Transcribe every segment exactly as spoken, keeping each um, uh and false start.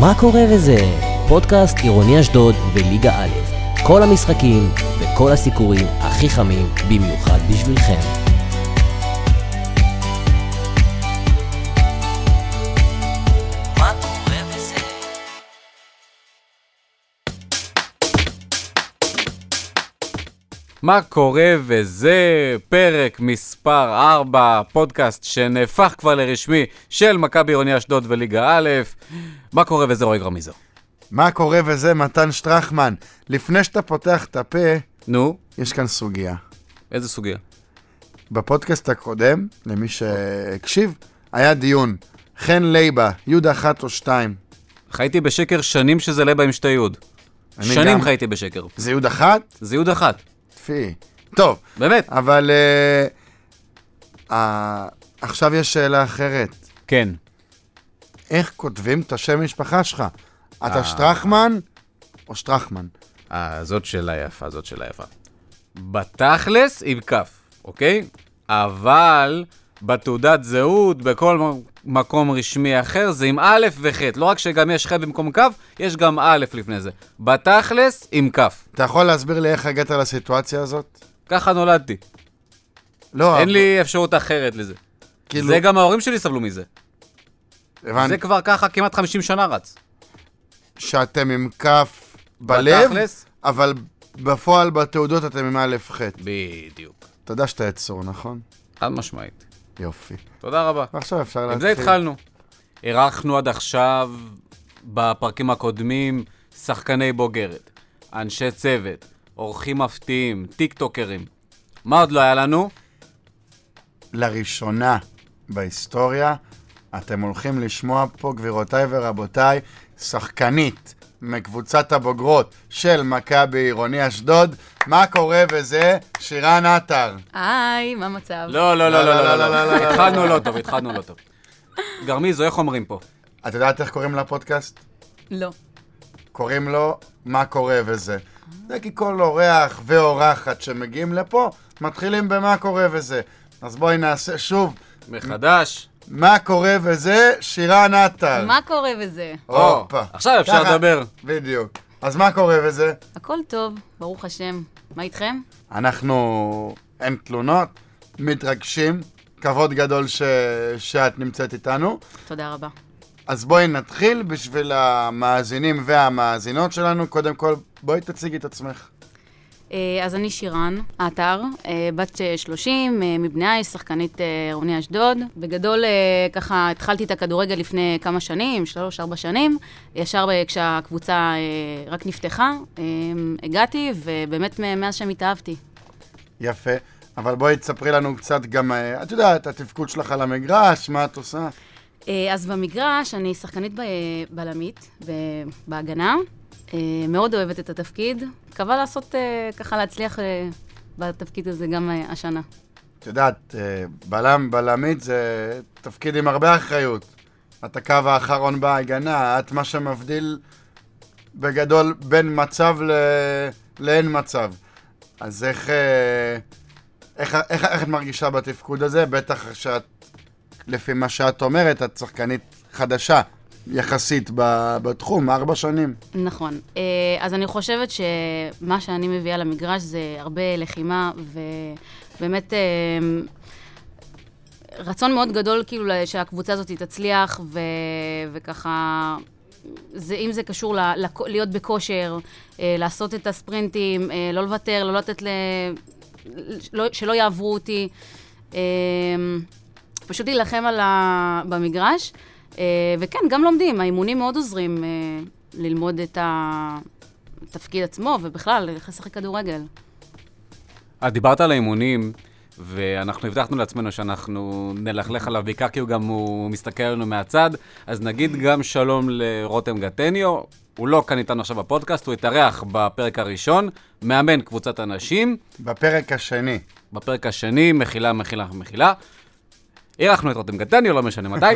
מה קורה וזה? פודקאסט עירוני אשדוד וליגה א'. כל המשחקים וכל הסיקורים הכי חמים במיוחד בשבילכם. מה קורה וזה? מה קורה וזה? פרק מספר ארבע, פודקאסט שנהפך כבר לרשמי של מכבי עירוני אשדוד וליגה א'. מה קורה וזה, רועי גרמיזו? מה קורה וזה, מתן שטרחמן. לפני שאתה פותח את הפה, נו? יש כאן סוגיה. איזה סוגיה? בפודקאסט הקודם, למי שהקשיב, היה דיון. חן לייבה, יוד אחת או שתיים. חייתי בשקר שנים שזה לייבה עם שתי יוד. שנים גם... חייתי בשקר. זה יוד אחת? זה יוד אחת. תפי. טוב. באמת? אבל uh, uh, עכשיו יש שאלה אחרת. כן. איך כותבים את השם משפחה שלך? אתה שטרחמן או שטרחמן? אה, זאת שאלה יפה, זאת שאלה יפה. בתכלס עם כף, אוקיי? אבל בתעודת זהות, בכל מקום רשמי אחר, זה עם א' וח'. לא רק שגם יש ח' במקום כף, יש גם א' לפני זה. בתכלס עם כף. אתה יכול להסביר לי איך הגעת לסיטואציה הזאת? ככה נולדתי. לא. אין אבל... לי אפשרות אחרת לזה. כאילו... זה גם ההורים שלי סבלו מזה. הבנ... זה כבר ככה כמעט חמישים שנה רץ. שאתם עם כף בלב, בתכלס? אבל בפועל בתעודות אתם עם א' ח'. בדיוק. אתה יודע שאתה יצור, נכון? חד משמעית. יופי. תודה רבה. ועכשיו אפשר להתחיל. עם זה התחלנו. ערכנו עד עכשיו, בפרקים הקודמים, שחקני בוגרת, אנשי צוות, אורחים מפתיעים, טיקטוקרים. מה עוד לא היה לנו? לראשונה בהיסטוריה, אתם הולכים לשמוע פה, גבירותיי ורבותיי, שחקנית מקבוצת הבוגרות של מכבי עירוני אשדוד. מה קורה וזה? שירן עטר. היי, מה המצב? לא, לא, לא, לא, לא, לא, לא. התחלנו לא טוב, התחלנו לא טוב. גרמיזו, איך אומרים פה? את יודעת איך קוראים לפודקאסט? לא. קוראים לו מה קורה וזה. זה כי כל אורח ואורחת שמגיעים לפה, מתחילים במה קורה וזה. אז בואי נעשה שוב. מחדש. מה קורה וזה? שירן עטר. מה קורה וזה? הופה. עכשיו אפשר לדבר. בדיוק. אז מה קורה וזה? הכל טוב, ברוך השם. מה איתכם? אנחנו, אין תלונות, מתרגשים, כבוד גדול ש... שאת נמצאת איתנו. תודה רבה. אז בואי נתחיל בשביל המאזינים והמאזינות שלנו. קודם כל, בואי תציגי את עצמך. אז אני שירן עטר, בת שלושים, מבני עיש, שחקנית עירוני אשדוד. בגדול, ככה, התחלתי את הכדורגל לפני כמה שנים, שלוש, ארבע שנים. ישר כשהקבוצה רק נפתחה, הגעתי, ובאמת מאז שם התאהבתי. יפה, אבל בואי תספרי לנו קצת גם, את יודעת, התפקוד שלך על המגרש, מה את עושה? אז במגרש אני שחקנית בלמית, בהגנה. מאוד אוהבת את התפקיד. מקווה לעשות, ככה להצליח בתפקיד הזה גם השנה. את יודעת, בלם, בלמית זה תפקיד עם הרבה אחריות. את הקו האחרון בהגנה, את מה שמבדיל בגדול בין מצב ל... לאין מצב. אז איך, איך, איך, איך את מרגישה בתפקוד הזה? בטח שאת, לפי מה שאת אומרת, את שחקנית חדשה. יחסית בתחום, ארבע שנים. נכון. אז אני חושבת שמה שאני מביאה למגרש זה הרבה לחימה, ובאמת רצון מאוד גדול כאילו שהקבוצה הזאת תצליח, ו... וככה, זה, אם זה קשור ל... להיות בכושר, לעשות את הספרינטים, לא לוותר, לא לתת ל... שלא יעברו אותי, פשוט להילחם על ה... במגרש. Uh, וכן, גם לומדים, האימונים מאוד עוזרים uh, ללמוד את התפקיד עצמו, ובכלל, לשחק כדורגל. את דיברת על האימונים, ואנחנו הבטחנו לעצמנו שאנחנו נלכלך עליו, בעיקר כי הוא גם הוא מסתכל עלינו מהצד, אז נגיד גם שלום לרותם גטניו, הוא לא כאן איתנו עכשיו בפודקאסט, הוא התארח בפרק הראשון, מאמן קבוצת אנשים. בפרק השני. בפרק השני, מחילה, מחילה, מחילה. אירחנו את רותם גטניו, לא משנה מתי.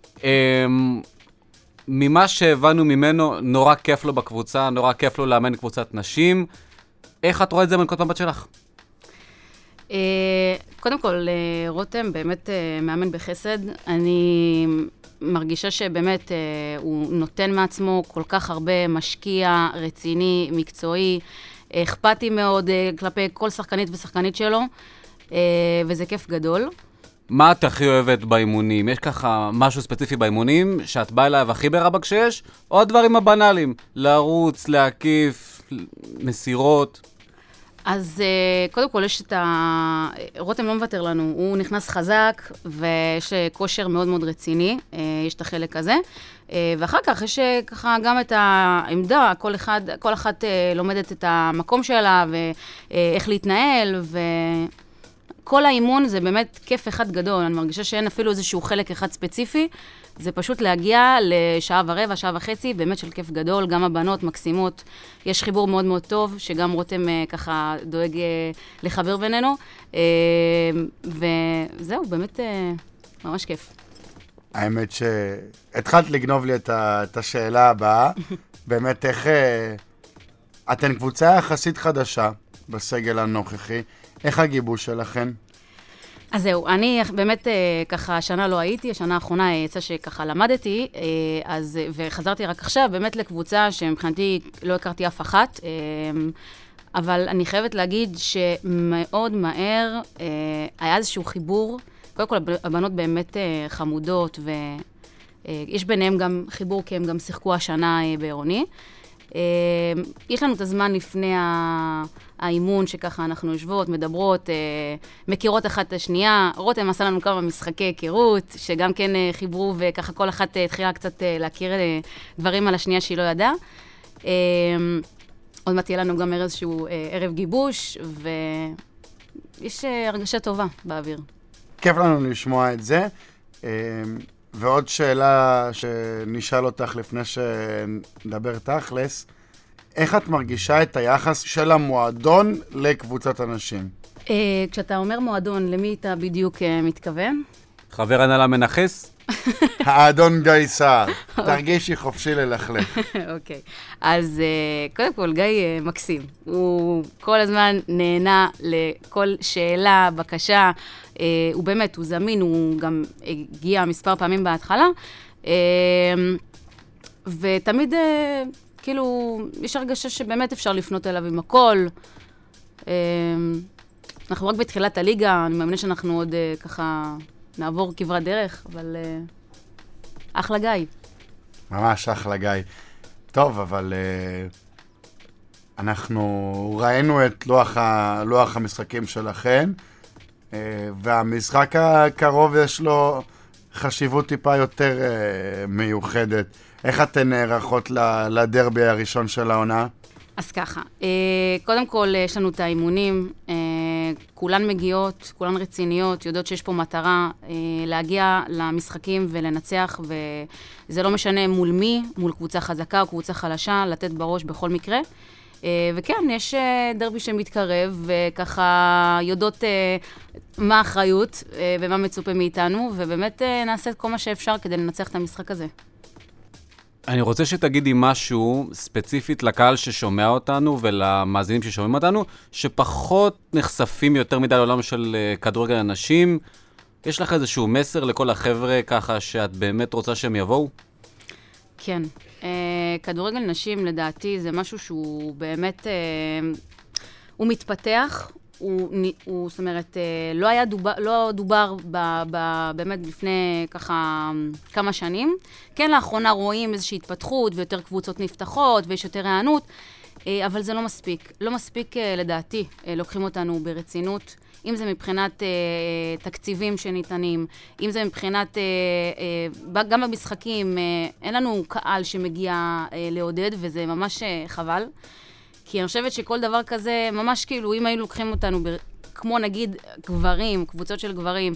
ממה שהבנו ממנו, נורא כיף לו בקבוצה, נורא כיף לו לאמן קבוצת נשים. איך את רואה את זה מנקודת מבט שלך? קודם קודם כל, רותם באמת מאמן בחסד. אני מרגישה שבאמת הוא נותן מעצמו כל כך הרבה, משקיע, רציני, מקצועי, אכפתי מאוד כלפי כל שחקנית ושחקנית שלו, וזה כיף גדול. מה את הכי אוהבת באימונים? יש ככה משהו ספציפי באימונים שאת באה אליו הכי ברבק שיש? או הדברים הבנאליים? לרוץ, להקיף, מסירות? אז קודם כל יש את ה... רותם לא מוותר לנו, הוא נכנס חזק ויש כושר מאוד מאוד רציני, יש את החלק הזה. ואחר כך יש ככה גם את העמדה, כל אחד, כל אחת לומדת את המקום שלה ואיך להתנהל, וכל האימון זה באמת כיף אחד גדול. אני מרגישה שאין אפילו איזשהו חלק אחד ספציפי, זה פשוט להגיע לשעה ורבע, שעה וחצי, באמת של כיף גדול, גם הבנות מקסימות, יש חיבור מאוד מאוד טוב, שגם רותם ככה דואג לחבר בינינו, וזהו, באמת ממש כיף. האמת שהתחלת לגנוב לי את השאלה הבאה, באמת איך, אתן קבוצה יחסית חדשה בסגל הנוכחי, איך הגיבוש שלכם? אז זהו, אני באמת ככה, השנה לא הייתי, השנה האחרונה יצא שככה למדתי, אז, וחזרתי רק עכשיו, באמת לקבוצה שמבחינתי לא הכרתי אף אחת, אבל אני חייבת להגיד שמאוד מהר היה איזשהו חיבור, קודם כל הבנות באמת חמודות, ויש ביניהם גם חיבור כי הם גם שיחקו השנה בעירוני. יש לנו את הזמן לפני האימון שככה אנחנו יושבות, מדברות, מכירות אחת את השנייה. רותם עשה לנו כמה משחקי היכרות, שגם כן חיברו וככה כל אחת התחילה קצת להכיר דברים על השנייה שהיא לא ידעה. עוד מעט תהיה לנו גם איזשהו ערב גיבוש, ויש הרגשה טובה באוויר. כיף לנו לשמוע את זה. ועוד שאלה שנשאל אותך לפני שנדבר תכלס, איך את מרגישה את היחס של המועדון לקבוצת אנשים? כשאתה אומר מועדון, למי אתה בדיוק מתכוון? חבר הנהלה מנחס? האדון גיא סער, תרגישי חופשי ללכלך. אוקיי, אז קודם כל גיא מקסים, הוא כל הזמן נהנה לכל שאלה, בקשה, הוא באמת, הוא זמין, הוא גם הגיע מספר פעמים בהתחלה, ותמיד כאילו יש הרגשה שבאמת אפשר לפנות אליו עם הכל. אנחנו רק בתחילת הליגה, אני מאמינה שאנחנו עוד ככה נעבור כברת דרך, אבל אחלה גיא. ממש אחלה גיא. טוב, אבל אנחנו ראינו את לוח, ה, לוח המשחקים שלכם, והמשחק הקרוב יש לו חשיבות טיפה יותר מיוחדת. איך אתן נערכות לדרבי הראשון של העונה? אז ככה, קודם כל יש לנו את האימונים, כולן מגיעות, כולן רציניות, יודעות שיש פה מטרה להגיע למשחקים ולנצח, וזה לא משנה מול מי, מול קבוצה חזקה או קבוצה חלשה, לתת בראש בכל מקרה. וכן, יש דרבי שמתקרב, וככה יודעות מה האחריות ומה מצופה מאיתנו, ובאמת נעשה את כל מה שאפשר כדי לנצח את המשחק הזה. אני רוצה שתגידי משהו ספציפית לקהל ששומע אותנו ולמאזינים ששומעים אותנו, שפחות נחשפים יותר מדי לעולם של כדורגל אנשים. יש לך איזשהו מסר לכל החבר'ה ככה שאת באמת רוצה שהם יבואו? כן. כדורגל נשים לדעתי זה משהו שהוא באמת, הוא מתפתח, הוא, הוא, זאת אומרת, לא היה דובר, לא דובר ב, ב, באמת לפני ככה כמה שנים. כן, לאחרונה רואים איזושהי התפתחות ויותר קבוצות נפתחות ויש יותר הענות, אבל זה לא מספיק. לא מספיק לדעתי, לוקחים אותנו ברצינות, אם זה מבחינת תקציבים שניתנים, אם זה מבחינת, גם במשחקים, אין לנו קהל שמגיע לעודד וזה ממש חבל. כי אני חושבת שכל דבר כזה, ממש כאילו, אם היינו לוקחים אותנו, ב... כמו נגיד גברים, קבוצות של גברים,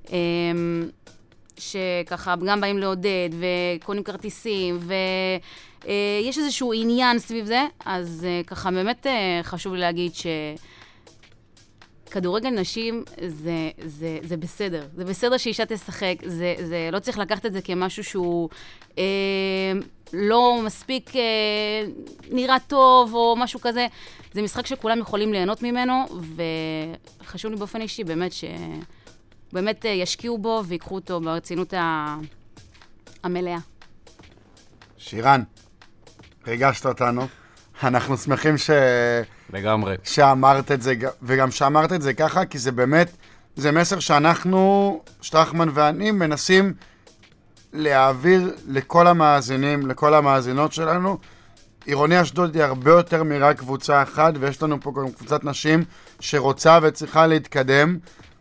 שככה גם באים לעודד, וקונים כרטיסים, ויש איזשהו עניין סביב זה, אז ככה באמת חשוב לי להגיד ש... כדורגל נשים זה, זה, זה בסדר. זה בסדר שאישה תשחק. זה, זה לא צריך לקחת את זה כמשהו שהוא אה, לא מספיק אה, נראה טוב או משהו כזה. זה משחק שכולם יכולים ליהנות ממנו, וחשוב לי באופן אישי באמת שבאמת ישקיעו בו ויקחו אותו ברצינות ה... המלאה. שירן, ריגשת אותנו. אנחנו שמחים ש... לגמרי. שאמרת את זה, וגם שאמרת את זה ככה, כי זה באמת, זה מסר שאנחנו, שטחמן ואני, מנסים להעביר לכל המאזינים, לכל המאזינות שלנו. עירוני אשדוד היא הרבה יותר מרק קבוצה אחת, ויש לנו פה גם קבוצת נשים שרוצה וצריכה להתקדם.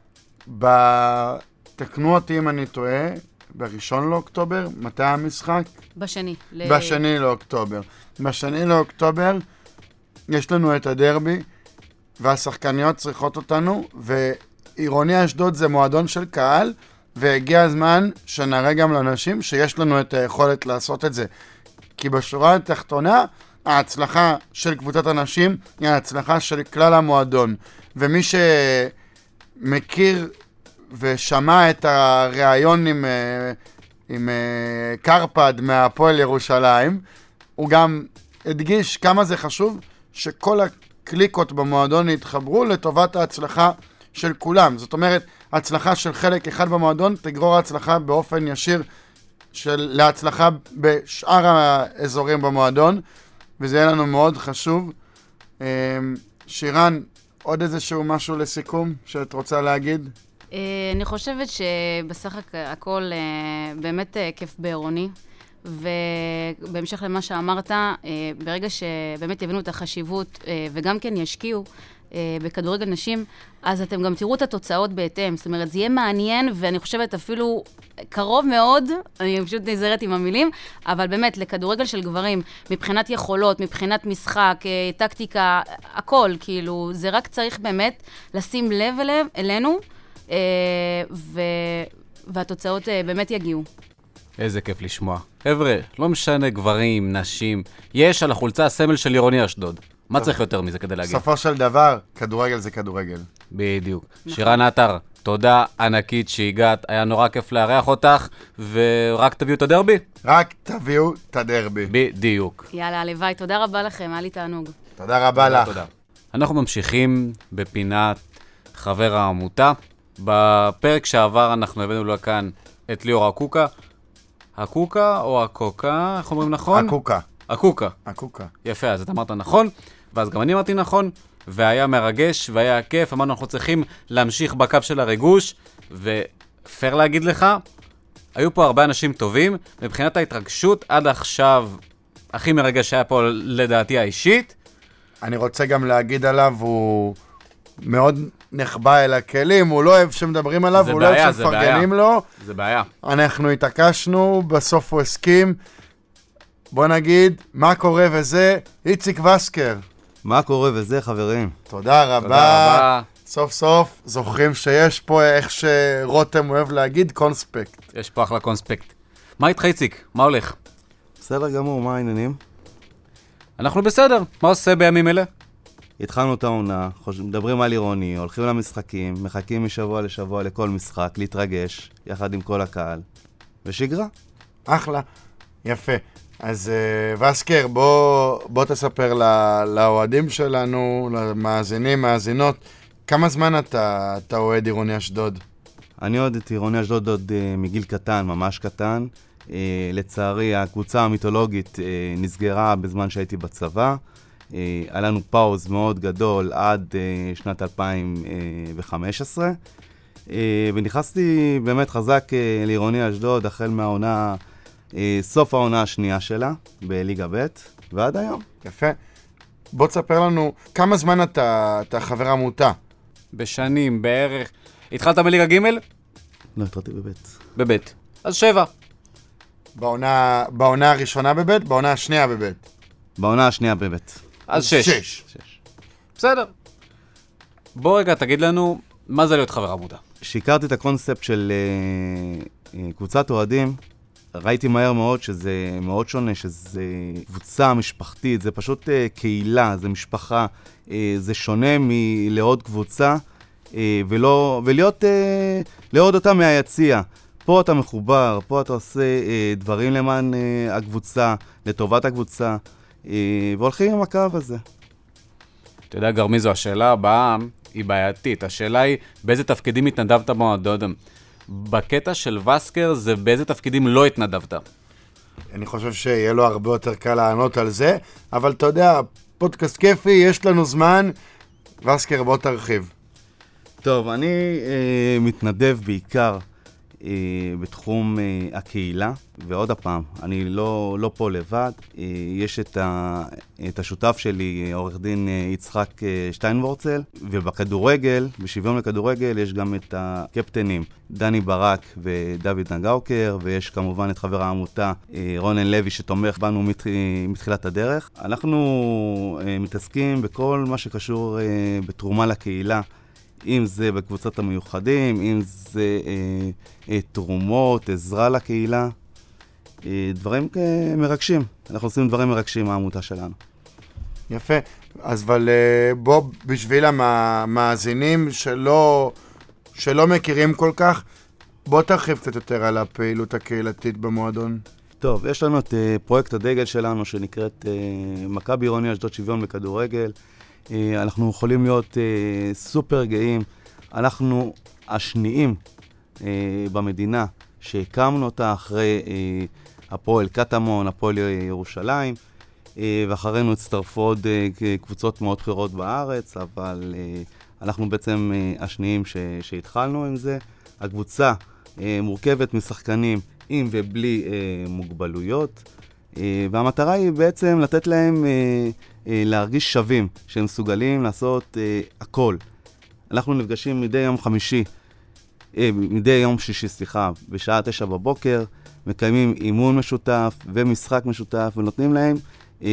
תקנו אותי אם אני טועה, בראשון לאוקטובר, מתי המשחק? בשני. בשני לאוקטובר. בשני לאוקטובר יש לנו את הדרבי, והשחקניות צריכות אותנו, ועירוני אשדוד זה מועדון של קהל, והגיע הזמן שנראה גם לאנשים שיש לנו את היכולת לעשות את זה. כי בשורה התחתונה, ההצלחה של קבוצת אנשים היא ההצלחה של כלל המועדון. ומי שמכיר ושמע את הראיון עם, עם קרפד מהפועל ירושלים, הוא גם הדגיש כמה זה חשוב שכל הקליקות במועדון יתחברו לטובת ההצלחה של כולם. זאת אומרת, ההצלחה של חלק אחד במועדון תגרור ההצלחה באופן ישיר של להצלחה בשאר האזורים במועדון, וזה יהיה לנו מאוד חשוב. שירן, עוד איזשהו משהו לסיכום שאת רוצה להגיד? אני חושבת שבסך הכל באמת כיף בעירוני, ובהמשך למה שאמרת, ברגע שבאמת יבינו את החשיבות וגם כן ישקיעו בכדורגל נשים, אז אתם גם תראו את התוצאות בהתאם. זאת אומרת, זה יהיה מעניין, ואני חושבת אפילו קרוב מאוד, אני פשוט נזהרת עם המילים, אבל באמת, לכדורגל של גברים, מבחינת יכולות, מבחינת משחק, טקטיקה, הכל, כאילו, זה רק צריך באמת לשים לב אלינו, ו... והתוצאות באמת יגיעו. איזה כיף לשמוע. חבר'ה, לא משנה גברים, נשים, יש על החולצה הסמל של עירוני אשדוד. מה צריך יותר מזה כדי להגיד? בסופו של דבר, כדורגל זה כדורגל. בדיוק. שירן עטר, תודה ענקית שהגעת, היה נורא כיף לארח אותך, ורק תביאו את הדרבי? רק תביאו את הדרבי. בדיוק. יאללה, הלוואי, תודה רבה לכם, היה לי תענוג. תודה רבה לך. תודה. אנחנו ממשיכים בפינת חבר העמותה. בפרק שעבר אנחנו הבאנו לכאן את ליאור הקוקה. הקוקה או הקוקה, איך אומרים נכון? הקוקה. הקוקה. הקוקה. יפה, אז אתה אמרת נכון, ואז גם אני אמרתי נכון, והיה מרגש והיה כיף, אמרנו אנחנו צריכים להמשיך בקו של הריגוש, ופייר להגיד לך, היו פה הרבה אנשים טובים, מבחינת ההתרגשות עד עכשיו, הכי מרגש שהיה פה לדעתי האישית. אני רוצה גם להגיד עליו, הוא מאוד נחבא אל הכלים, הוא לא אוהב שמדברים עליו, הוא בעיה, לא אוהב שמפרגנים לו. זה בעיה. אנחנו התעקשנו, בסוף הוא הסכים. בוא נגיד, מה קורה וזה, איציק וסקר. מה קורה וזה, חברים? תודה רבה. תודה רבה. סוף סוף זוכרים שיש פה, איך שרותם אוהב להגיד, קונספקט. יש פה אחלה קונספקט. מה איתך איציק? מה הולך? בסדר גמור, מה העניינים? אנחנו בסדר. מה עושה בימים אלה? התחלנו את העונה, חוש... מדברים על עירוני, הולכים למשחקים, מחכים משבוע לשבוע לכל משחק, להתרגש, יחד עם כל הקהל, ושגרה. אחלה, יפה. אז uh, וסקר, בוא, בוא תספר לא, לאוהדים שלנו, למאזינים, מאזינות, כמה זמן אתה, אתה אוהד עירוני אשדוד? אני אוהד את עירוני אשדוד עוד uh, מגיל קטן, ממש קטן. Uh, לצערי, הקבוצה המיתולוגית uh, נסגרה בזמן שהייתי בצבא. Uh, היה לנו פאוז מאוד גדול עד uh, שנת אלפיים וחמש עשרה. Uh, ונכנסתי באמת חזק uh, לעירוני אשדוד, החל מהעונה... סוף העונה השנייה שלה, בליגה ב' ועד היום. יפה. בוא תספר לנו, כמה זמן אתה, אתה חבר עמותה? בשנים, בערך. התחלת בליגה ג'? לא, התחלתי בב'. בב'. אז שבע. בעונה, בעונה הראשונה בב', בעונה השנייה בב'. בעונה השנייה בב'. אז שש. שש. שש. בסדר. בוא רגע, תגיד לנו, מה זה להיות חבר עמותה? שהכרתי את הקונספט של uh, uh, קבוצת אוהדים, ראיתי מהר מאוד שזה מאוד שונה, שזה קבוצה משפחתית, זה פשוט uh, קהילה, זה משפחה, uh, זה שונה מלעוד קבוצה, אה, ולא, ולהיות, אה, לעוד אותם מהיציע. פה אתה מחובר, פה אתה עושה אה, דברים למען אה, הקבוצה, לטובת הקבוצה, אה, והולכים עם הקו הזה. אתה יודע, גרמיזו, השאלה הבאה היא בעייתית. השאלה היא, באיזה תפקידים התנדבת במועדון? בקטע של וסקר, זה באיזה תפקידים לא התנדבת? אני חושב שיהיה לו הרבה יותר קל לענות על זה, אבל אתה יודע, פודקאסט כיפי, יש לנו זמן. וסקר, בוא תרחיב. טוב, אני אה, מתנדב בעיקר אה, בתחום אה, הקהילה, ועוד הפעם, אני לא, לא פה לבד. אה, יש את, ה, את השותף שלי, עורך דין אה, יצחק אה, שטיינבורצל, ובכדורגל, בשוויון לכדורגל, יש גם את הקפטנים, דני ברק ודוד נגאוקר, ויש כמובן את חבר העמותה, אה, רונן לוי, שתומך בנו מת, מתחילת הדרך. אנחנו אה, מתעסקים בכל מה שקשור אה, בתרומה לקהילה, אם זה בקבוצת המיוחדים, אם זה אה, אה, תרומות, עזרה לקהילה, אה, דברים אה, מרגשים. אנחנו עושים דברים מרגשים מהעמותה שלנו. יפה. אז אבל אה, בוא, בשביל המאזינים שלא, שלא מכירים כל כך, בוא תרחיב קצת יותר על הפעילות הקהילתית במועדון. טוב, יש לנו את אה, פרויקט הדגל שלנו שנקראת אה, מכבי עירוני אשדוד שוויון בכדורגל. אנחנו יכולים להיות uh, סופר גאים. אנחנו השניים uh, במדינה שהקמנו אותה אחרי uh, הפועל קטמון, הפועל ירושלים, uh, ואחרינו הצטרפו עוד uh, קבוצות מאוד בחירות בארץ, אבל uh, אנחנו בעצם uh, השניים ש- שהתחלנו עם זה. הקבוצה uh, מורכבת משחקנים עם ובלי uh, מוגבלויות, uh, והמטרה היא בעצם לתת להם uh, להרגיש שווים, שהם מסוגלים לעשות אה, הכל. אנחנו נפגשים מדי יום חמישי, אה, מדי יום שישי, סליחה, בשעה תשע בבוקר, מקיימים אימון משותף ומשחק משותף, ונותנים להם אה,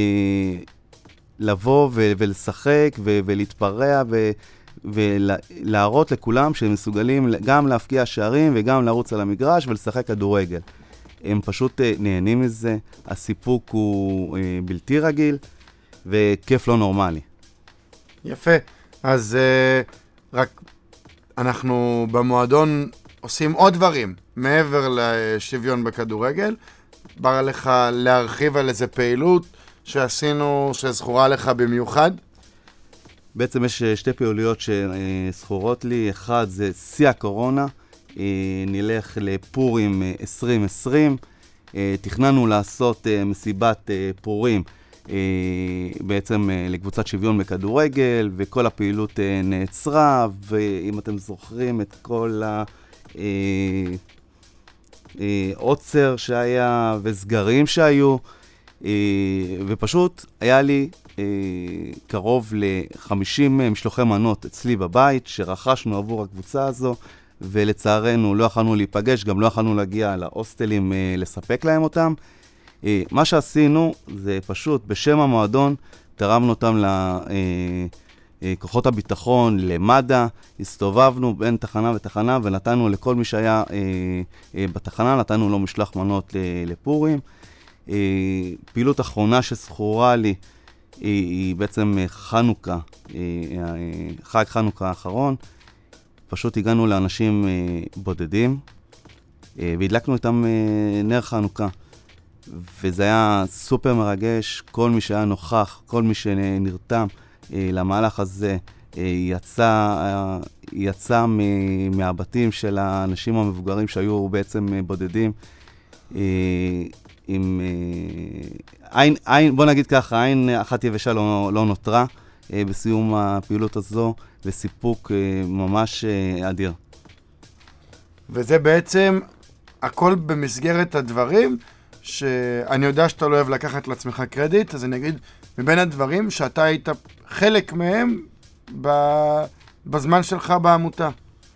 לבוא ו- ולשחק ו- ולהתפרע ו- ולהראות לכולם שהם מסוגלים גם להפקיע שערים וגם לרוץ על המגרש ולשחק כדורגל. הם פשוט אה, נהנים מזה, הסיפוק הוא אה, בלתי רגיל, וכיף לא נורמלי. יפה. אז uh, רק אנחנו במועדון עושים עוד דברים מעבר לשוויון בכדורגל. בא לך להרחיב על איזה פעילות שעשינו, שזכורה לך במיוחד? בעצם יש שתי פעילויות שזכורות לי. אחד זה שיא הקורונה. נלך לפורים עשרים עשרים. תכננו לעשות מסיבת פורים בעצם לקבוצת שוויון בכדורגל, וכל הפעילות נעצרה, ואם אתם זוכרים את כל העוצר שהיה וסגרים שהיו, ופשוט היה לי קרוב ל-חמישים משלוחי מנות אצלי בבית שרכשנו עבור הקבוצה הזו, ולצערנו לא יכולנו להיפגש, גם לא יכולנו להגיע להוסטלים לספק להם אותם. מה שעשינו זה פשוט בשם המועדון תרמנו אותם לכוחות הביטחון, למד"א, הסתובבנו בין תחנה ותחנה ונתנו לכל מי שהיה בתחנה, נתנו לו משלח מנות לפורים. פעילות אחרונה שזכורה לי היא בעצם חנוכה, חג חנוכה האחרון. פשוט הגענו לאנשים בודדים והדלקנו איתם נר חנוכה. וזה היה סופר מרגש. כל מי שהיה נוכח, כל מי שנרתם אה, למהלך הזה, אה, יצא, אה, יצא מ- מהבתים של האנשים המבוגרים שהיו בעצם אה, בודדים, אה, עם אה, עין, עין, בוא נגיד ככה, עין אחת יבשה לא, לא נותרה אה, בסיום הפעילות הזו, וסיפוק אה, ממש אה, אדיר. וזה בעצם הכל במסגרת הדברים, שאני יודע שאתה לא אוהב לקחת לעצמך קרדיט, אז אני אגיד, מבין הדברים שאתה היית חלק מהם בזמן שלך בעמותה.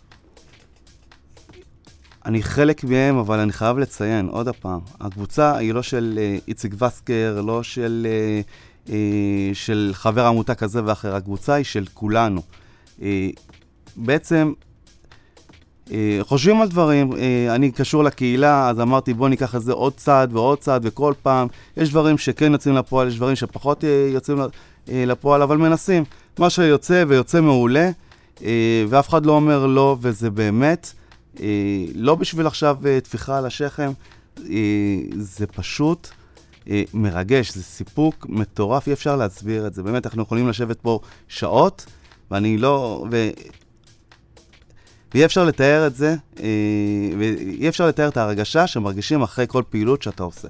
אני חלק מהם, אבל אני חייב לציין, עוד הפעם, הקבוצה היא לא של איציק וסקר, לא של, של חבר עמותה כזה ואחר, הקבוצה היא של כולנו. בעצם, חושבים על דברים, אני קשור לקהילה, אז אמרתי בוא ניקח את זה עוד צעד ועוד צעד, וכל פעם יש דברים שכן יוצאים לפועל, יש דברים שפחות יוצאים לפועל, אבל מנסים. מה שיוצא ויוצא מעולה, אה, ואף אחד לא אומר לא, וזה באמת, אה, לא בשביל עכשיו אה, תפיחה על השכם, אה, זה פשוט אה, מרגש, זה סיפוק מטורף, אי אפשר להסביר את זה. באמת, אנחנו יכולים לשבת פה שעות, ואני לא... ו... ואי אפשר לתאר את זה, אה, ואי אפשר לתאר את ההרגשה שמרגישים אחרי כל פעילות שאתה עושה.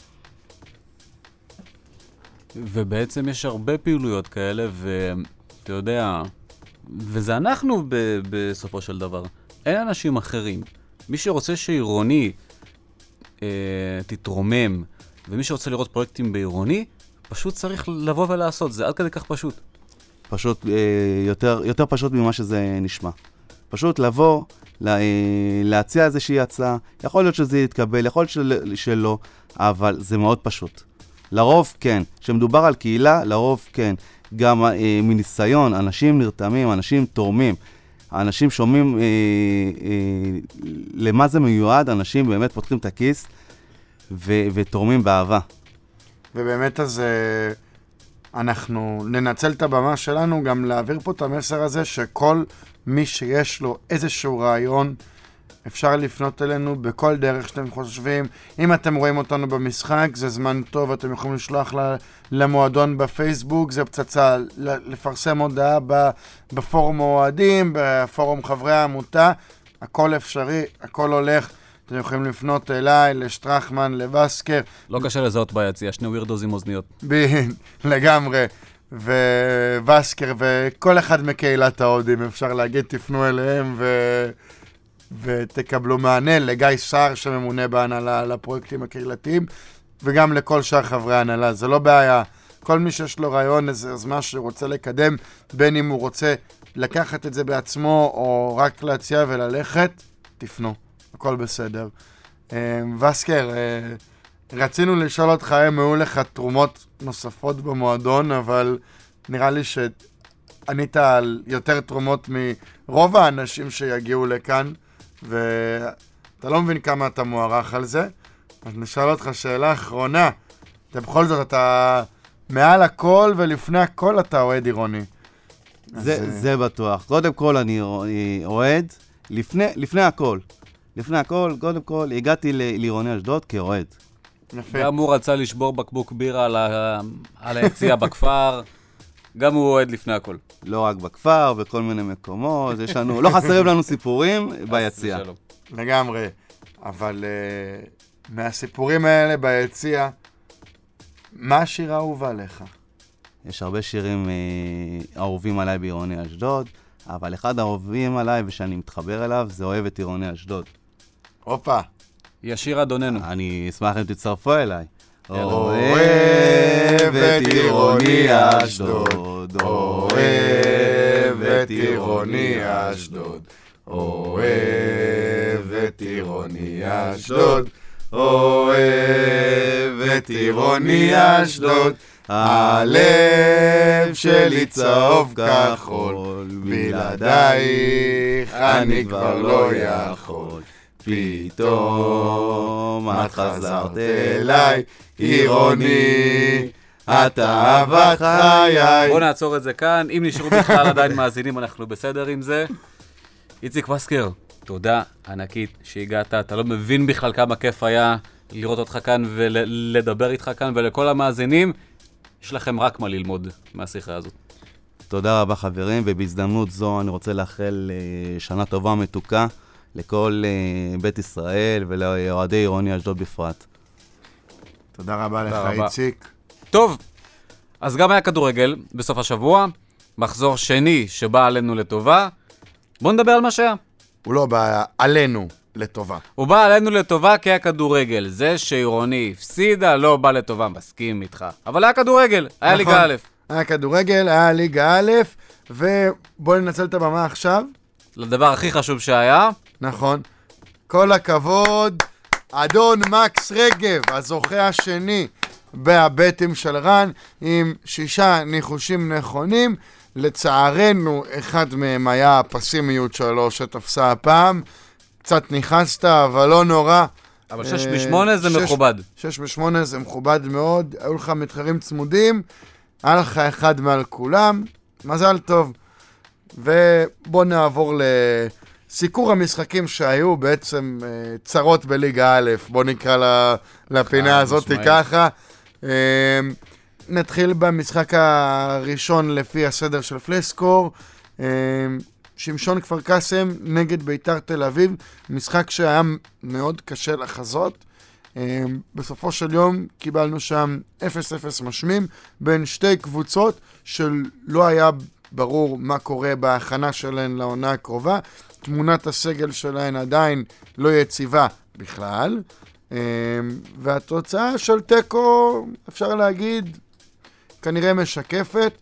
ובעצם יש הרבה פעילויות כאלה, ואתה יודע, וזה אנחנו ב- בסופו של דבר. אין אנשים אחרים. מי שרוצה שעירוני אה, תתרומם, ומי שרוצה לראות פרויקטים בעירוני, פשוט צריך לבוא ולעשות. זה עד כדי כך פשוט. פשוט, אה, יותר, יותר פשוט ממה שזה נשמע. פשוט לבוא, לה, להציע איזושהי הצעה, יכול להיות שזה יתקבל, יכול להיות של, שלא, אבל זה מאוד פשוט. לרוב כן, כשמדובר על קהילה, לרוב כן. גם אה, מניסיון, אנשים נרתמים, אנשים תורמים, אנשים שומעים אה, אה, למה זה מיועד, אנשים באמת פותחים את הכיס ו- ותורמים באהבה. ובאמת אז אה, אנחנו ננצל את הבמה שלנו גם להעביר פה את המסר הזה שכל מי שיש לו איזשהו רעיון, אפשר לפנות אלינו בכל דרך שאתם חושבים. אם אתם רואים אותנו במשחק, זה זמן טוב, אתם יכולים לשלוח למועדון בפייסבוק, זה פצצה, לפרסם הודעה בפורום אוהדים, בפורום חברי העמותה, הכל אפשרי, הכל הולך. אתם יכולים לפנות אליי, לשטרחמן, לבסקר. לא קשה לזהות ביציע, שני ווירדוז עם אוזניות. בין, לגמרי. ובסקר וכל אחד מקהילת האוהדים, אפשר להגיד, תפנו אליהם ו... ותקבלו מענה לגיא שר שממונה בהנהלה לפרויקטים הקהילתיים, וגם לכל שאר חברי ההנהלה. זה לא בעיה. כל מי שיש לו רעיון, אז מה שרוצה לקדם, בין אם הוא רוצה לקחת את זה בעצמו, או רק להציע וללכת, תפנו. הכל בסדר. וסקר, רצינו לשאול אותך, הם היו לך תרומות נוספות במועדון, אבל נראה לי שענית על יותר תרומות מרוב האנשים שיגיעו לכאן, ואתה לא מבין כמה אתה מוערך על זה. אז נשאל אותך שאלה אחרונה. אתה בכל זאת, אתה מעל הכל ולפני הכל אתה אוהד עירוני. זה, אז... זה בטוח. קודם כל אני אוהד, לפני, לפני הכל. לפני הכל, קודם כל, הגעתי לעירוני אשדוד כאוהד. יפה. גם הוא רצה לשבור בקבוק בירה על, ה... על היציאה בכפר, גם הוא אוהד לפני הכל. לא רק בכפר, בכל מיני מקומות, יש לנו, לא חסרים לנו סיפורים ביציאה. לגמרי, אבל uh, מהסיפורים האלה ביציאה, מה השיר האהוב עליך? יש הרבה שירים אה, אהובים עליי בעירוני אשדוד, אבל אחד האהובים עליי ושאני מתחבר אליו זה אוהב את עירוני אשדוד. הופה. ישיר אדוננו. אני אשמח אם תצטרפו אליי. אוהב את עירוני אשדוד, אוהב את עירוני אשדוד, אוהב את עירוני אשדוד, אוהב את עירוני אשדוד, הלב שלי צהוב כחול, בלעדייך אני כבר לא יכול. פתאום את חזרת אליי, עירוני, את אהבת חיי. בוא נעצור את זה כאן. אם נשארו בכלל עדיין מאזינים, אנחנו בסדר עם זה. איציק וסקר, תודה ענקית שהגעת. אתה לא מבין בכלל כמה כיף היה לראות אותך כאן ולדבר איתך כאן, ולכל המאזינים, יש לכם רק מה ללמוד מהשיחה הזאת. תודה רבה חברים, ובהזדמנות זו אני רוצה לאחל שנה טובה מתוקה לכל uh, בית ישראל ולאוהדי עירוני אשדוד בפרט. תודה רבה לך, איציק. טוב, אז גם היה כדורגל בסוף השבוע, מחזור שני שבא עלינו לטובה. בואו נדבר על מה שהיה. הוא לא בא עלינו לטובה. הוא בא עלינו לטובה כי היה כדורגל. זה שעירוני הפסידה לא בא לטובה, מסכים איתך. אבל היה כדורגל, היה נכון. ליגה א'. היה כדורגל, היה ליגה א', ובואו ננצל את הבמה עכשיו. לדבר הכי חשוב שהיה. נכון. כל הכבוד, אדון מקס רגב, הזוכה השני בהבטים של רן, עם שישה ניחושים נכונים. לצערנו, אחד מהם היה הפסימיות שלו שתפסה הפעם. קצת נכנסת, אבל לא נורא. אבל שש בשמונה זה מכובד. שש בשמונה זה מכובד מאוד. היו לך מתחרים צמודים, היה לך אחד מעל כולם. מזל טוב. ובואו נעבור לסיקור המשחקים שהיו בעצם צרות בליגה א', בואו נקרא לפינה הזאת ככה. נתחיל במשחק הראשון לפי הסדר של פלייסקור. שמשון כפר קאסם נגד ביתר תל אביב, משחק שהיה מאוד קשה לחזות. בסופו של יום קיבלנו שם אפס אפס משמים בין שתי קבוצות שלא היה ברור מה קורה בהכנה שלהן לעונה הקרובה. תמונת הסגל שלהן עדיין לא יציבה בכלל. והתוצאה של טקו, אפשר להגיד, כנראה משקפת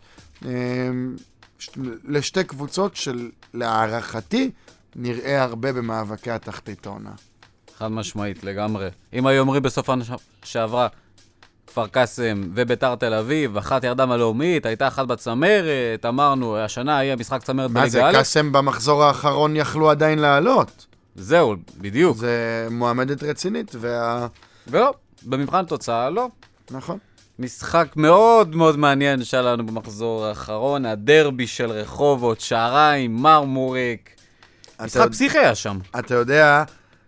לשתי קבוצות של להערכתי נראה הרבה במאבקי התחתית העונה. חד משמעית לגמרי. אם היו אומרים בסוף העונה שעברה כפר קאסם וביתר תל אביב, אחת ירדה מהלאומית, הייתה אחת בצמרת, אמרנו, השנה יהיה משחק צמרת בליגה א'. מה זה, קאסם במחזור האחרון יכלו עדיין לעלות? זהו, בדיוק. זה מועמדת רצינית, וה... ולא, במבחן תוצאה לא. נכון. משחק מאוד מאוד מעניין שלנו במחזור האחרון, הדרבי של רחובות, שעריים, מרמורק. משחק פסיכי היה שם. אתה יודע,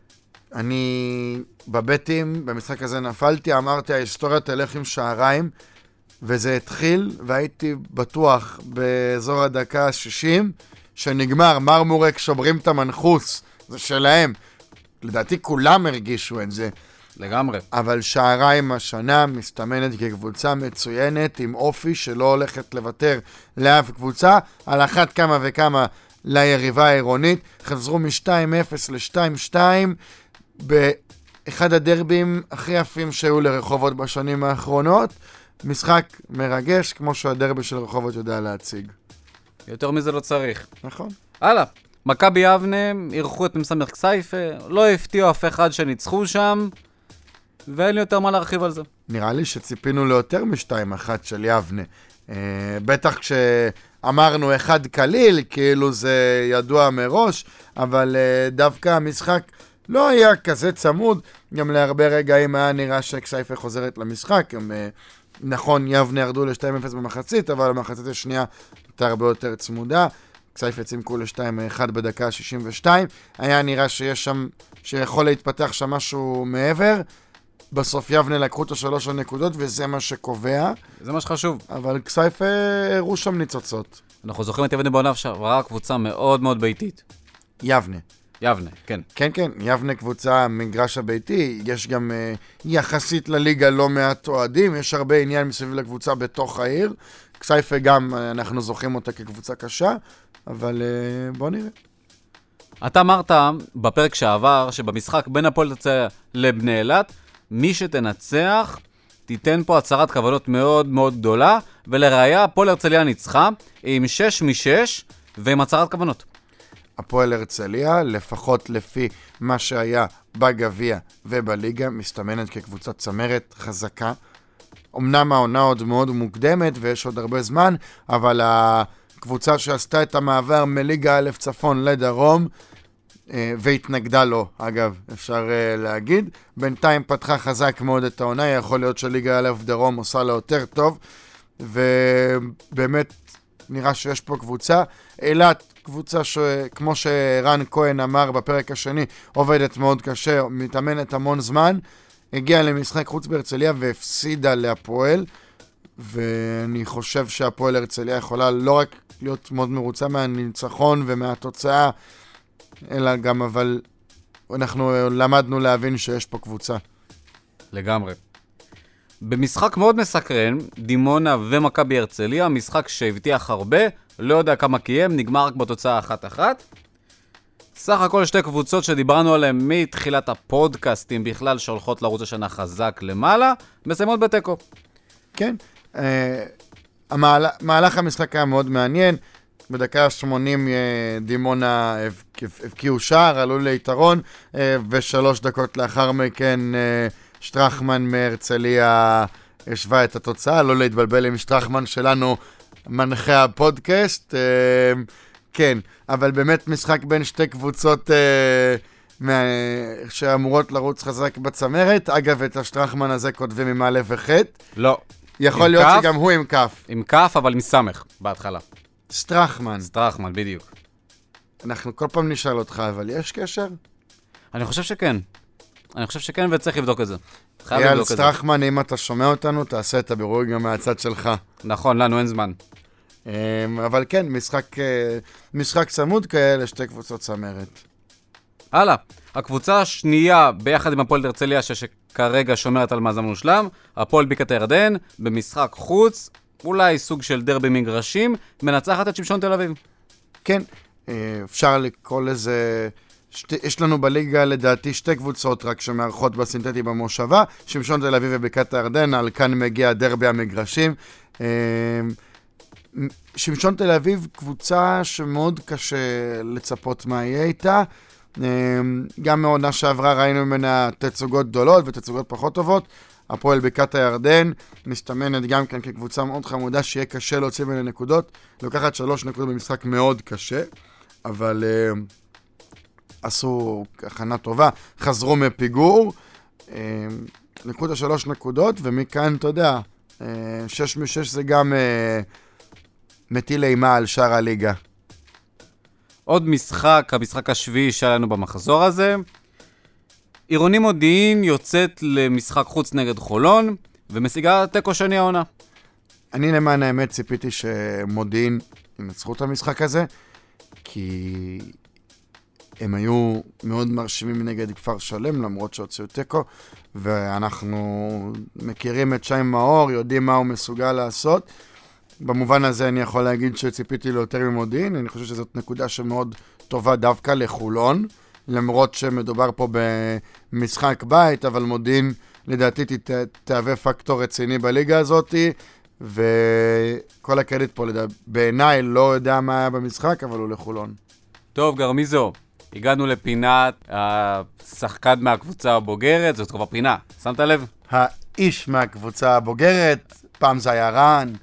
אני בבטים, במשחק הזה נפלתי, אמרתי, ההיסטוריה תלך עם שעריים, וזה התחיל, והייתי בטוח באזור הדקה ה-שישים, שנגמר, מרמורק שוברים את המנחוס, זה שלהם. לדעתי כולם הרגישו את זה. לגמרי. אבל שעריים השנה מסתמנת כקבוצה מצוינת, עם אופי שלא הולכת לוותר לאף קבוצה, על אחת כמה וכמה ליריבה העירונית, חזרו מ-שתיים אפס ל-שתיים שתיים, באחד הדרבים הכי יפים שהיו לרחובות בשנים האחרונות, משחק מרגש, כמו שהדרבי של רחובות יודע להציג. יותר מזה לא צריך. נכון. הלאה. מכבי יבנה אירחו את ממסמך כסייפה, לא הפתיעו אף אחד שניצחו שם, ואין לי יותר מה להרחיב על זה. נראה לי שציפינו ליותר מ-שתיים אחת של יבנה. אה, בטח כשאמרנו אחד קליל, כאילו זה ידוע מראש, אבל אה, דווקא המשחק לא היה כזה צמוד, גם להרבה רגעים היה נראה שכסייפה חוזרת למשחק. הם, אה, נכון, יבנה ירדו ל-שתיים אפס במחצית, אבל המחצית השנייה הייתה הרבה יותר צמודה. כסייפה צימקו ל-שתיים אחת בדקה שישים ושתיים, היה נראה שיש שם, שיכול להתפתח שם משהו מעבר, בסוף יבנה לקחו את השלוש הנקודות, וזה מה שקובע. זה מה שחשוב. אבל כסייפה הראו שם ניצוצות. אנחנו זוכרים את יבנה בעונה שעברה קבוצה מאוד מאוד ביתית. יבנה. יבנה, כן. כן, כן, יבנה קבוצה מגרש הביתי, יש גם uh, יחסית לליגה לא מעט אוהדים, יש הרבה עניין מסביב לקבוצה בתוך העיר. כסייפה גם, אנחנו זוכרים אותה כקבוצה קשה, אבל uh, בוא נראה. אתה אמרת בפרק שעבר שבמשחק בין הפועל הרצליה לבני אילת, מי שתנצח תיתן פה הצהרת כוונות מאוד מאוד גדולה, ולראיה הפועל הרצליה ניצחה עם שש משש ועם הצהרת כוונות. הפועל הרצליה, לפחות לפי מה שהיה בגביע ובליגה, מסתמנת כקבוצת צמרת חזקה. אמנם העונה עוד מאוד מוקדמת ויש עוד הרבה זמן, אבל הקבוצה שעשתה את המעבר מליגה א' צפון לדרום, והתנגדה לו, אגב, אפשר להגיד. בינתיים פתחה חזק מאוד את העונה, יכול להיות שליגה א' דרום עושה לה יותר טוב, ובאמת נראה שיש פה קבוצה. אילת, קבוצה שכמו שרן כהן אמר בפרק השני, עובדת מאוד קשה, מתאמנת המון זמן, הגיעה למשחק חוץ בהרצליה והפסידה להפועל, ואני חושב שהפועל הרצליה יכולה לא רק להיות מאוד מרוצה מהניצחון ומהתוצאה, אלא גם, אבל אנחנו למדנו להבין שיש פה קבוצה. לגמרי. במשחק מאוד מסקרן, דימונה ומכבי הרצליה, משחק שהבטיח הרבה, לא יודע כמה קיים, נגמר רק בתוצאה אחת אחת. סך הכל שתי קבוצות שדיברנו עליהן מתחילת הפודקאסטים בכלל שהולכות לרוץ השנה חזק למעלה, מסיימות בטקו. כן, אה, המהלך המשחק היה מאוד מעניין, בדקה שמונים דימונה הבקיעו שער, עלו ליתרון, ושלוש דקות לאחר מכן שטרחמן מהרצליה השווה את התוצאה, לא להתבלבל עם שטרחמן שלנו, מנחה הפודקאסט. כן, אבל באמת משחק בין שתי קבוצות שאמורות לרוץ חזק בצמרת. אגב, את השטרחמן הזה כותבים עם א' וח'. לא. יכול להיות שגם הוא עם כף. עם כף, אבל עם סמך בהתחלה. סטרחמן. סטרחמן, בדיוק. אנחנו כל פעם נשאל אותך, אבל יש קשר? אני חושב שכן. אני חושב שכן, וצריך לבדוק את זה. חייב אייל לבדוק את זה. סטרחמן, אם אתה שומע אותנו, תעשה את הבירור גם מהצד שלך. נכון, לנו אין זמן. אבל כן, משחק, משחק צמוד כאלה, שתי קבוצות צמרת. הלאה. הקבוצה השנייה, ביחד עם הפועל הרצליה, שכרגע שומרת על מאזן מושלם, הפועל בקעת הירדן, במשחק חוץ, אולי סוג של דרבי מגרשים, מנצחת את שמשון תל אביב. כן, אפשר לקרוא לזה, שתי, יש לנו בליגה לדעתי שתי קבוצות רק שמארחות בסינתטי במושבה, שמשון תל אביב ובקעת הירדן, על כאן מגיע דרבי המגרשים. שמשון תל אביב קבוצה שמאוד קשה לצפות מה יהיה איתה, גם מעונה שעברה ראינו ממנה תצוגות גדולות ותצוגות פחות טובות. הפועל בקעת הירדן מסתמנת גם כן כקבוצה מאוד חמודה שיהיה קשה להוציא ממנה נקודות, לוקחת שלוש נקודות במשחק מאוד קשה, אבל uh, עשו הכנה טובה, חזרו מפיגור, uh, נקודה שלוש נקודות, ומכאן אתה יודע, uh, שש משש זה גם uh, מטיל אימה על שאר הליגה. עוד משחק, המשחק השביעי שהיה לנו במחזור הזה. עירוני מודיעין יוצאת למשחק חוץ נגד חולון, ומשיגה תיקו שני העונה. אני למען האמת ציפיתי שמודיעין ינצחו את המשחק הזה, כי הם היו מאוד מרשימים נגד כפר שלם, למרות שהוציאו תיקו, ואנחנו מכירים את שי מאור, יודעים מה הוא מסוגל לעשות. במובן הזה אני יכול להגיד שציפיתי לו יותר ממודיעין, אני חושב שזאת נקודה שמאוד טובה דווקא לחולון, למרות שמדובר פה במשחק בית, אבל מודיעין לדעתי ת, תהווה פקטור רציני בליגה הזאת, וכל הקרדיט פה לדע... בעיניי לא יודע מה היה במשחק, אבל הוא לחולון. טוב, גרמיזו, הגענו לפינת השחקן מהקבוצה הבוגרת, זאת כבר פינה, שמת לב? האיש מהקבוצה הבוגרת, פעם זה היה רן,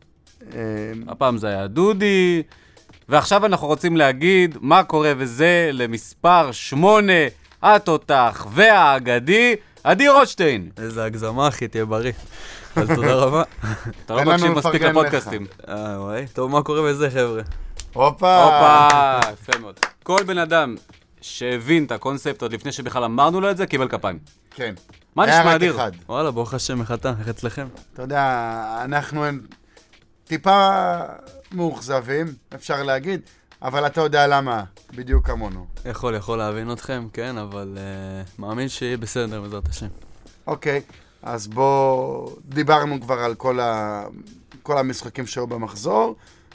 הפעם זה היה דודי, ועכשיו אנחנו רוצים להגיד מה קורה וזה למספר שמונה, התותח והאגדי, עדי רוטשטיין. איזה הגזמה, אחי, תהיה בריא. אז תודה רבה. אתה לא מקשיב מספיק לפודקאסטים. אה, וואי. טוב, מה קורה בזה, חבר'ה? הופה. הופה, יפה מאוד. כל בן אדם שהבין את הקונספט עוד לפני שבכלל אמרנו לו את זה, קיבל כפיים. כן. מה נשמע אדיר? וואלה, ברוך השם, איך אתה? איך אצלכם? אתה יודע, אנחנו טיפה מאוכזבים, אפשר להגיד, אבל אתה יודע למה, בדיוק כמונו. יכול, יכול להבין אתכם, כן, אבל uh, מאמין שיהיה בסדר, בעזרת השם. אוקיי, אז בוא, דיברנו כבר על כל, ה... כל המשחקים שהיו במחזור,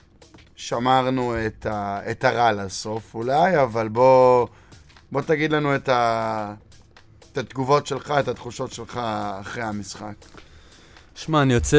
שמרנו את, ה... את הרע לסוף אולי, אבל בוא, בוא תגיד לנו את, ה... את התגובות שלך, את התחושות שלך אחרי המשחק. שמע, אני יוצא...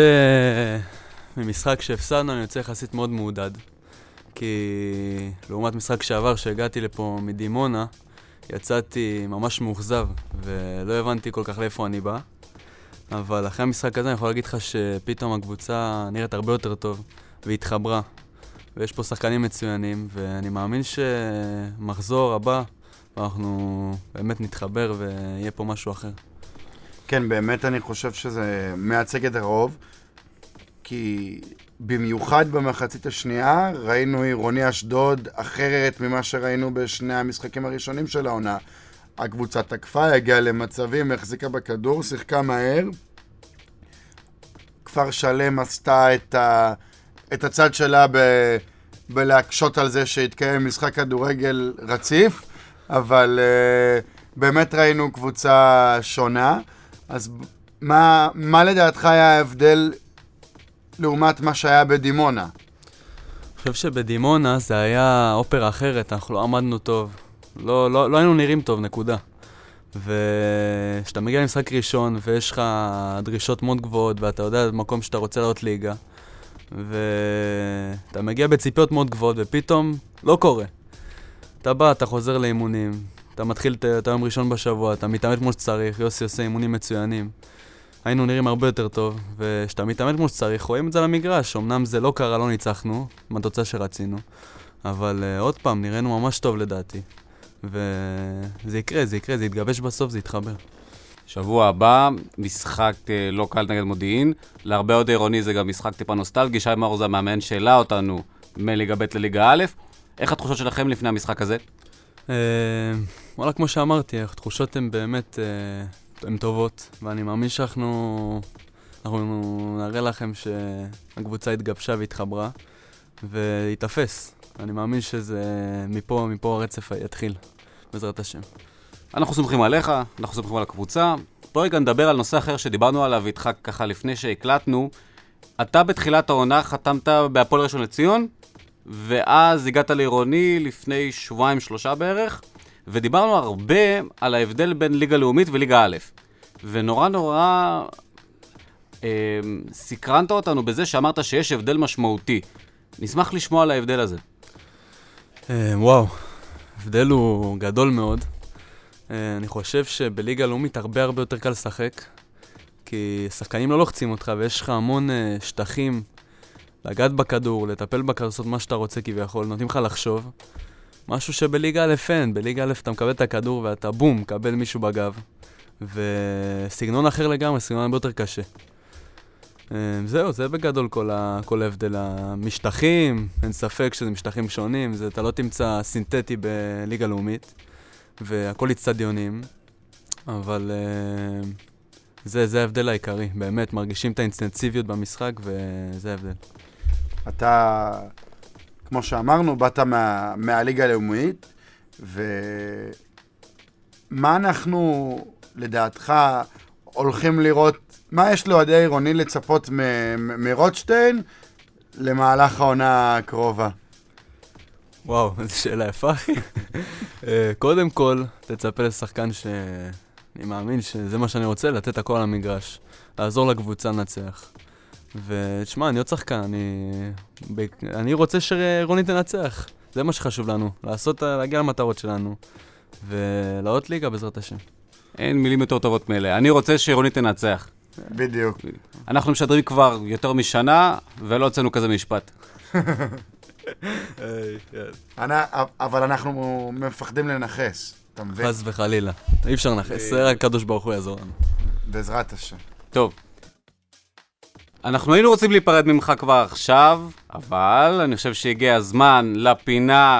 ממשחק שהפסדנו, אני יוצא יחסית מאוד מעודד. כי לעומת משחק שעבר שהגעתי לפה מדימונה, יצאתי ממש מאוכזב, ולא הבנתי כל כך לאיפה אני בא. אבל אחרי המשחק הזה אני יכול להגיד לך שפתאום הקבוצה נראית הרבה יותר טוב, והתחברה. ויש פה שחקנים מצוינים, ואני מאמין שמחזור הבא, אנחנו באמת נתחבר ויהיה פה משהו אחר. כן, באמת אני חושב שזה מייצג את הרוב. כי במיוחד במחצית השנייה ראינו עירוני אשדוד אחרת ממה שראינו בשני המשחקים הראשונים של העונה. הקבוצה תקפה, הגיעה למצבים, החזיקה בכדור, שיחקה מהר. כפר שלם עשתה את, ה... את הצד שלה ב... בלהקשות על זה שהתקיים משחק כדורגל רציף, אבל uh, באמת ראינו קבוצה שונה. אז מה, מה לדעתך היה ההבדל לעומת מה שהיה בדימונה? אני חושב שבדימונה זה היה אופרה אחרת, אנחנו לא עמדנו טוב. לא, לא, לא היינו נראים טוב, נקודה. ושאתה מגיע למשחק ראשון ויש לך דרישות מאוד גבוהות, ואתה יודע מקום שאתה רוצה לעלות ליגה, ואתה מגיע בציפיות מאוד גבוהות, ופתאום לא קורה. אתה בא, אתה חוזר לאימונים, אתה מתחיל את היום ראשון בשבוע, אתה מתאמן כמו שצריך, יוסי עושה אימונים מצוינים. היינו נראים הרבה יותר טוב, ושאתה מתאמן כמו שצריך, רואים את זה למגרש. אמנם זה לא קרה, לא ניצחנו, מהתוצאה שרצינו, אבל uh, עוד פעם, נראינו ממש טוב לדעתי. וזה יקרה, זה יקרה, זה יתגבש בסוף, זה יתחבר. שבוע הבא, משחק uh, לא קל נגד מודיעין. להרבה עוד עירוני זה גם משחק טיפה נוסטלגי. שי מאור זה המאמן שאלה אותנו מליגה ב' לליגה א'. איך התחושות שלכם לפני המשחק הזה? וואלה, כמו שאמרתי, התחושות הן באמת, הן טובות, ואני מאמין שאנחנו אנחנו נראה לכם שהקבוצה התגבשה והתחברה, והתאפס. אני מאמין שזה מפה, מפה הרצף יתחיל, בעזרת השם. אנחנו סומכים עליך, אנחנו סומכים על הקבוצה. בוא רגע נדבר על נושא אחר שדיברנו עליו איתך ככה לפני שהקלטנו. אתה בתחילת העונה חתמת בהפועל ראשון לציון, ואז הגעת לעירוני לפני שבועיים שלושה בערך, ודיברנו הרבה על ההבדל בין ליגה לאומית וליגה א'. ונורא נורא אה, סקרנת אותנו בזה שאמרת שיש הבדל משמעותי. נשמח לשמוע על ההבדל הזה. אה, וואו, ההבדל הוא גדול מאוד. אה, אני חושב שבליגה לאומית הרבה הרבה יותר קל לשחק, כי שחקנים לא לוחצים אותך ויש לך המון אה, שטחים לגעת בכדור, לטפל בכדור, לעשות מה שאתה רוצה כביכול, נותנים לך לחשוב. משהו שבליגה א' אין, בליגה א' אתה מקבל את הכדור ואתה בום, מקבל מישהו בגב. וסגנון אחר לגמרי, סגנון הרבה יותר קשה. זהו, זה בגדול כל, ה, כל ההבדל. המשטחים, אין ספק שזה משטחים שונים, זה, אתה לא תמצא סינתטי בליגה לאומית, והכל אצטדיונים, אבל זה, זה ההבדל העיקרי. באמת, מרגישים את האינטנסיביות במשחק, וזה ההבדל. אתה, כמו שאמרנו, באת מה, מהליגה הלאומית, ומה אנחנו, לדעתך, הולכים לראות, מה יש לאוהדי עירוני לצפות מ- מרוטשטיין למהלך העונה הקרובה? וואו, איזו שאלה יפה, אחי. קודם כל, תצפה לשחקן שאני מאמין שזה מה שאני רוצה, לתת הכל על המגרש, לעזור לקבוצה לנצח. ותשמע, אני עוד שחקן, אני, אני רוצה שעירוני תנצח. זה מה שחשוב לנו, לעשות, להגיע למטרות שלנו, ולעלות ליגה בעזרת השם. אין מילים יותר טובות מאלה. אני רוצה שעירוני תנצח. בדיוק. אנחנו משדרים כבר יותר משנה, ולא הוצאנו כזה משפט. אבל אנחנו מפחדים לנחס, אתה מבין? חס וחלילה. אי אפשר לנחס, רק הקדוש ברוך הוא יעזור לנו. בעזרת השם. טוב. אנחנו היינו רוצים להיפרד ממך כבר עכשיו, אבל אני חושב שהגיע הזמן לפינה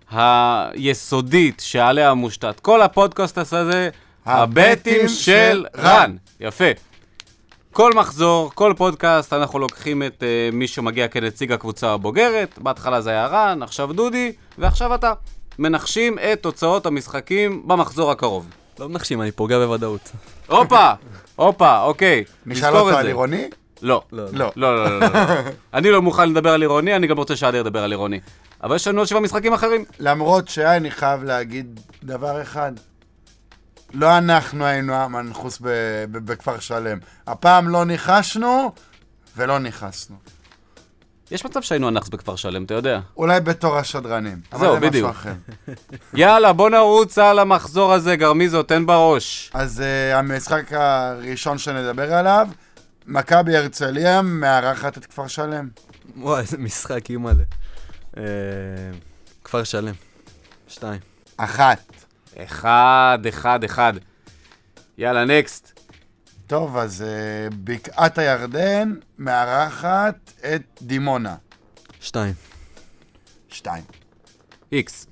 היסודית שעליה מושתת כל הפודקאסט הזה, הבטים של רן. יפה. כל מחזור, כל פודקאסט, אנחנו לוקחים את uh, מי שמגיע כנציג הקבוצה הבוגרת. בהתחלה זה היה רן, עכשיו דודי, ועכשיו אתה. מנחשים את תוצאות המשחקים במחזור הקרוב. לא מנחשים, אני פוגע בוודאות. הופה, הופה, אוקיי. נשאל אותו על עירוני? לא. לא. לא. לא, לא, לא. אני לא מוכן לדבר על עירוני, אני גם רוצה שעדר לדבר על עירוני. אבל יש לנו עוד שבעה משחקים אחרים. למרות שאני חייב להגיד דבר אחד. לא אנחנו היינו המנחוס בכפר שלם. הפעם לא ניחשנו ולא נכנסנו. יש מצב שהיינו הנחס בכפר שלם, אתה יודע. אולי בתור השדרנים. זהו, בדיוק. יאללה, בוא נרוץ על המחזור הזה, גרמיזו, תן בראש. אז uh, המשחק הראשון שנדבר עליו, מכבי הרצליה מארחת את כפר שלם. וואי, איזה משחק, אימא'לה. אה, כפר שלם. שתיים. אחת. אחד, אחד, אחד. יאללה, נקסט. טוב, אז uh, בקעת הירדן מארחת את דימונה. שתיים. שתיים. איקס.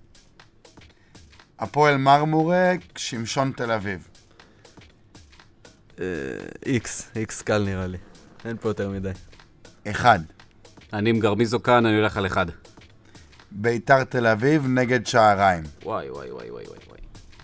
הפועל מרמורק, שמשון תל אביב. אה, איקס. איקס קל נראה לי. אין פה יותר מדי. אחד. אני עם גרמיזו כאן, אני הולך על אחד. ביתר תל אביב נגד שעריים. וואי, וואי, וואי, וואי, וואי.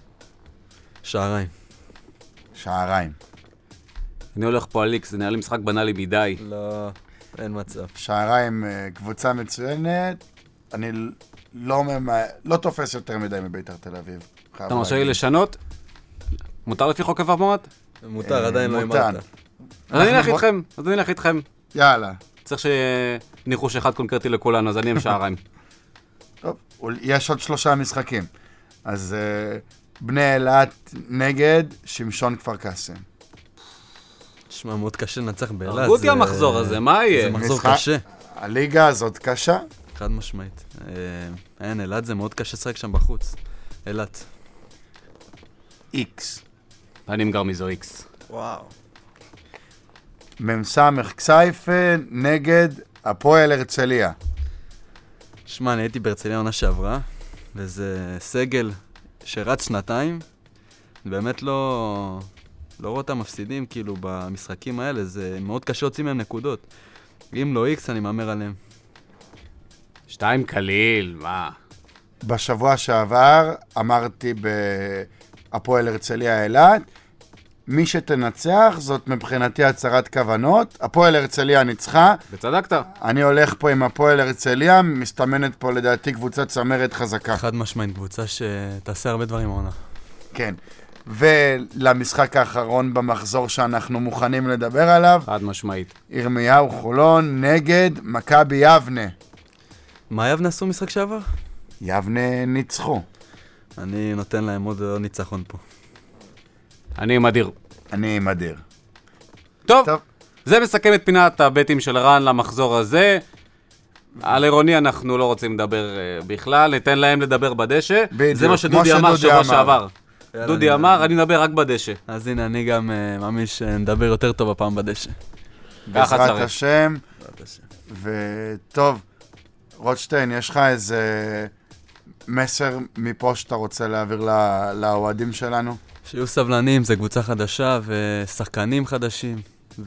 שעריים. שעריים. אני הולך פה על איקס, זה נראה לי משחק בנאלי מדי. לא, אין מצב. שעריים קבוצה מצוינת. אני לא, לא תופס יותר מדי מביתר תל אביב. אתה מרשה לי לשנות? מותר לפי חוק הפעמות? מותר, עדיין לא אמרת. אז אני אלך איתכם, אז אני אלך איתכם. יאללה. צריך שניחוש אחד קונקרטי לכולנו, אז אני עם שעריים. טוב, יש עוד שלושה משחקים. אז בני אלת נגד שמשון כפר קאסם. תשמע, מאוד קשה לנצח באלת. הרגו אותי המחזור הזה, מה יהיה? זה מחזור קשה. הליגה הזאת קשה. חד משמעית. אין, אלת זה מאוד קשה לשחק שם בחוץ. אלת. איקס. אני עם גרמיזו איקס. וואו. ממסמך כסייפה נגד הפועל הרצליה. שמע, אני הייתי בהרצליה עונה שעברה, וזה סגל שרץ שנתיים, באמת לא... לא רואה אותם מפסידים, כאילו, במשחקים האלה, זה מאוד קשה להוציא מהם נקודות. אם לא איקס, אני מאמר עליהם. שתיים קליל, מה? בשבוע שעבר אמרתי בהפועל הרצליה אילת, מי שתנצח זאת מבחינתי הצהרת כוונות, הפועל הרצליה ניצחה. וצדקת. אני הולך פה עם הפועל הרצליה, מסתמנת פה לדעתי קבוצת צמרת חזקה. חד משמעית, קבוצה שתעשה הרבה דברים העונה. כן. ולמשחק האחרון במחזור שאנחנו מוכנים לדבר עליו, חד משמעית. ירמיהו חולון נגד מכבי יבנה. מה יבנה עשו משחק שעבר? יבנה ניצחו. אני נותן להם עוד ניצחון פה. אני מדהיר. אני מדהיר. טוב, טוב. זה מסכם את פינת הבטים של רן למחזור הזה. על עירוני אנחנו לא רוצים לדבר uh, בכלל, ניתן להם לדבר בדשא. בדיוק, זה מה שדודי אמר שבוע שעבר. יאללה, דודי אני אמר, אני מדבר רק בדשא. אז הנה, אני גם uh, מאמין שנדבר יותר טוב הפעם בדשא. ככה בעזרת צריך. השם. בעזרת השם. וטוב, רוטשטיין, יש לך איזה מסר מפה שאתה רוצה להעביר לא- לאוהדים שלנו? שיהיו סבלנים, זה קבוצה חדשה ושחקנים חדשים,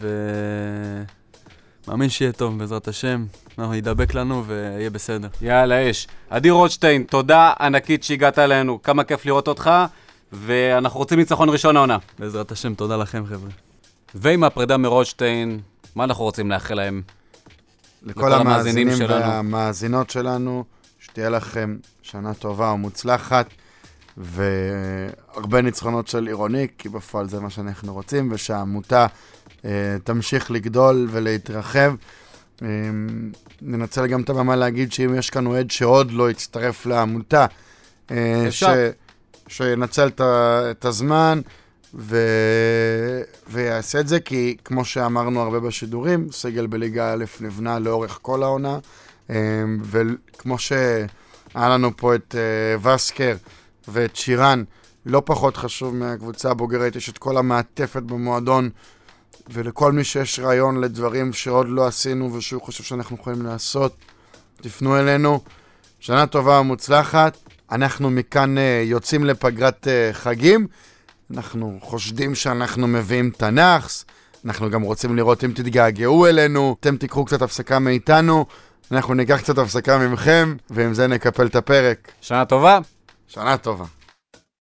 ומאמין שיהיה טוב בעזרת השם, אנחנו ידבק לנו ויהיה בסדר. יאללה, אש. עדי רוטשטיין, תודה ענקית שהגעת אלינו, כמה כיף לראות אותך, ואנחנו רוצים ניצחון ראשון העונה. בעזרת השם, תודה לכם חבר'ה. ועם הפרידה מרוטשטיין, מה אנחנו רוצים לאחל להם? לכל המאזינים שלנו. והמאזינות שלנו, שתהיה לכם שנה טובה ומוצלחת, והרבה ניצחונות של עירוני, כי בפועל זה מה שאנחנו רוצים, ושהעמותה אה, תמשיך לגדול ולהתרחב. אה, ננצל גם את הבמה להגיד שאם יש כאן אוהד שעוד לא יצטרף לעמותה, אה, ש... שינצל את, את הזמן ו... ויעשה את זה, כי כמו שאמרנו הרבה בשידורים, סגל בליגה א' נבנה לאורך כל העונה, אה, וכמו שהיה לנו פה את אה, וסקר, ואת שירן, לא פחות חשוב מהקבוצה הבוגרת, יש את כל המעטפת במועדון, ולכל מי שיש רעיון לדברים שעוד לא עשינו ושהוא חושב שאנחנו יכולים לעשות, תפנו אלינו. שנה טובה ומוצלחת. אנחנו מכאן יוצאים לפגרת חגים, אנחנו חושדים שאנחנו מביאים תנ"כס, אנחנו גם רוצים לראות אם תתגעגעו אלינו, אתם תיקחו קצת הפסקה מאיתנו, אנחנו ניקח קצת הפסקה ממכם, ועם זה נקפל את הפרק. שנה טובה. שנה טובה.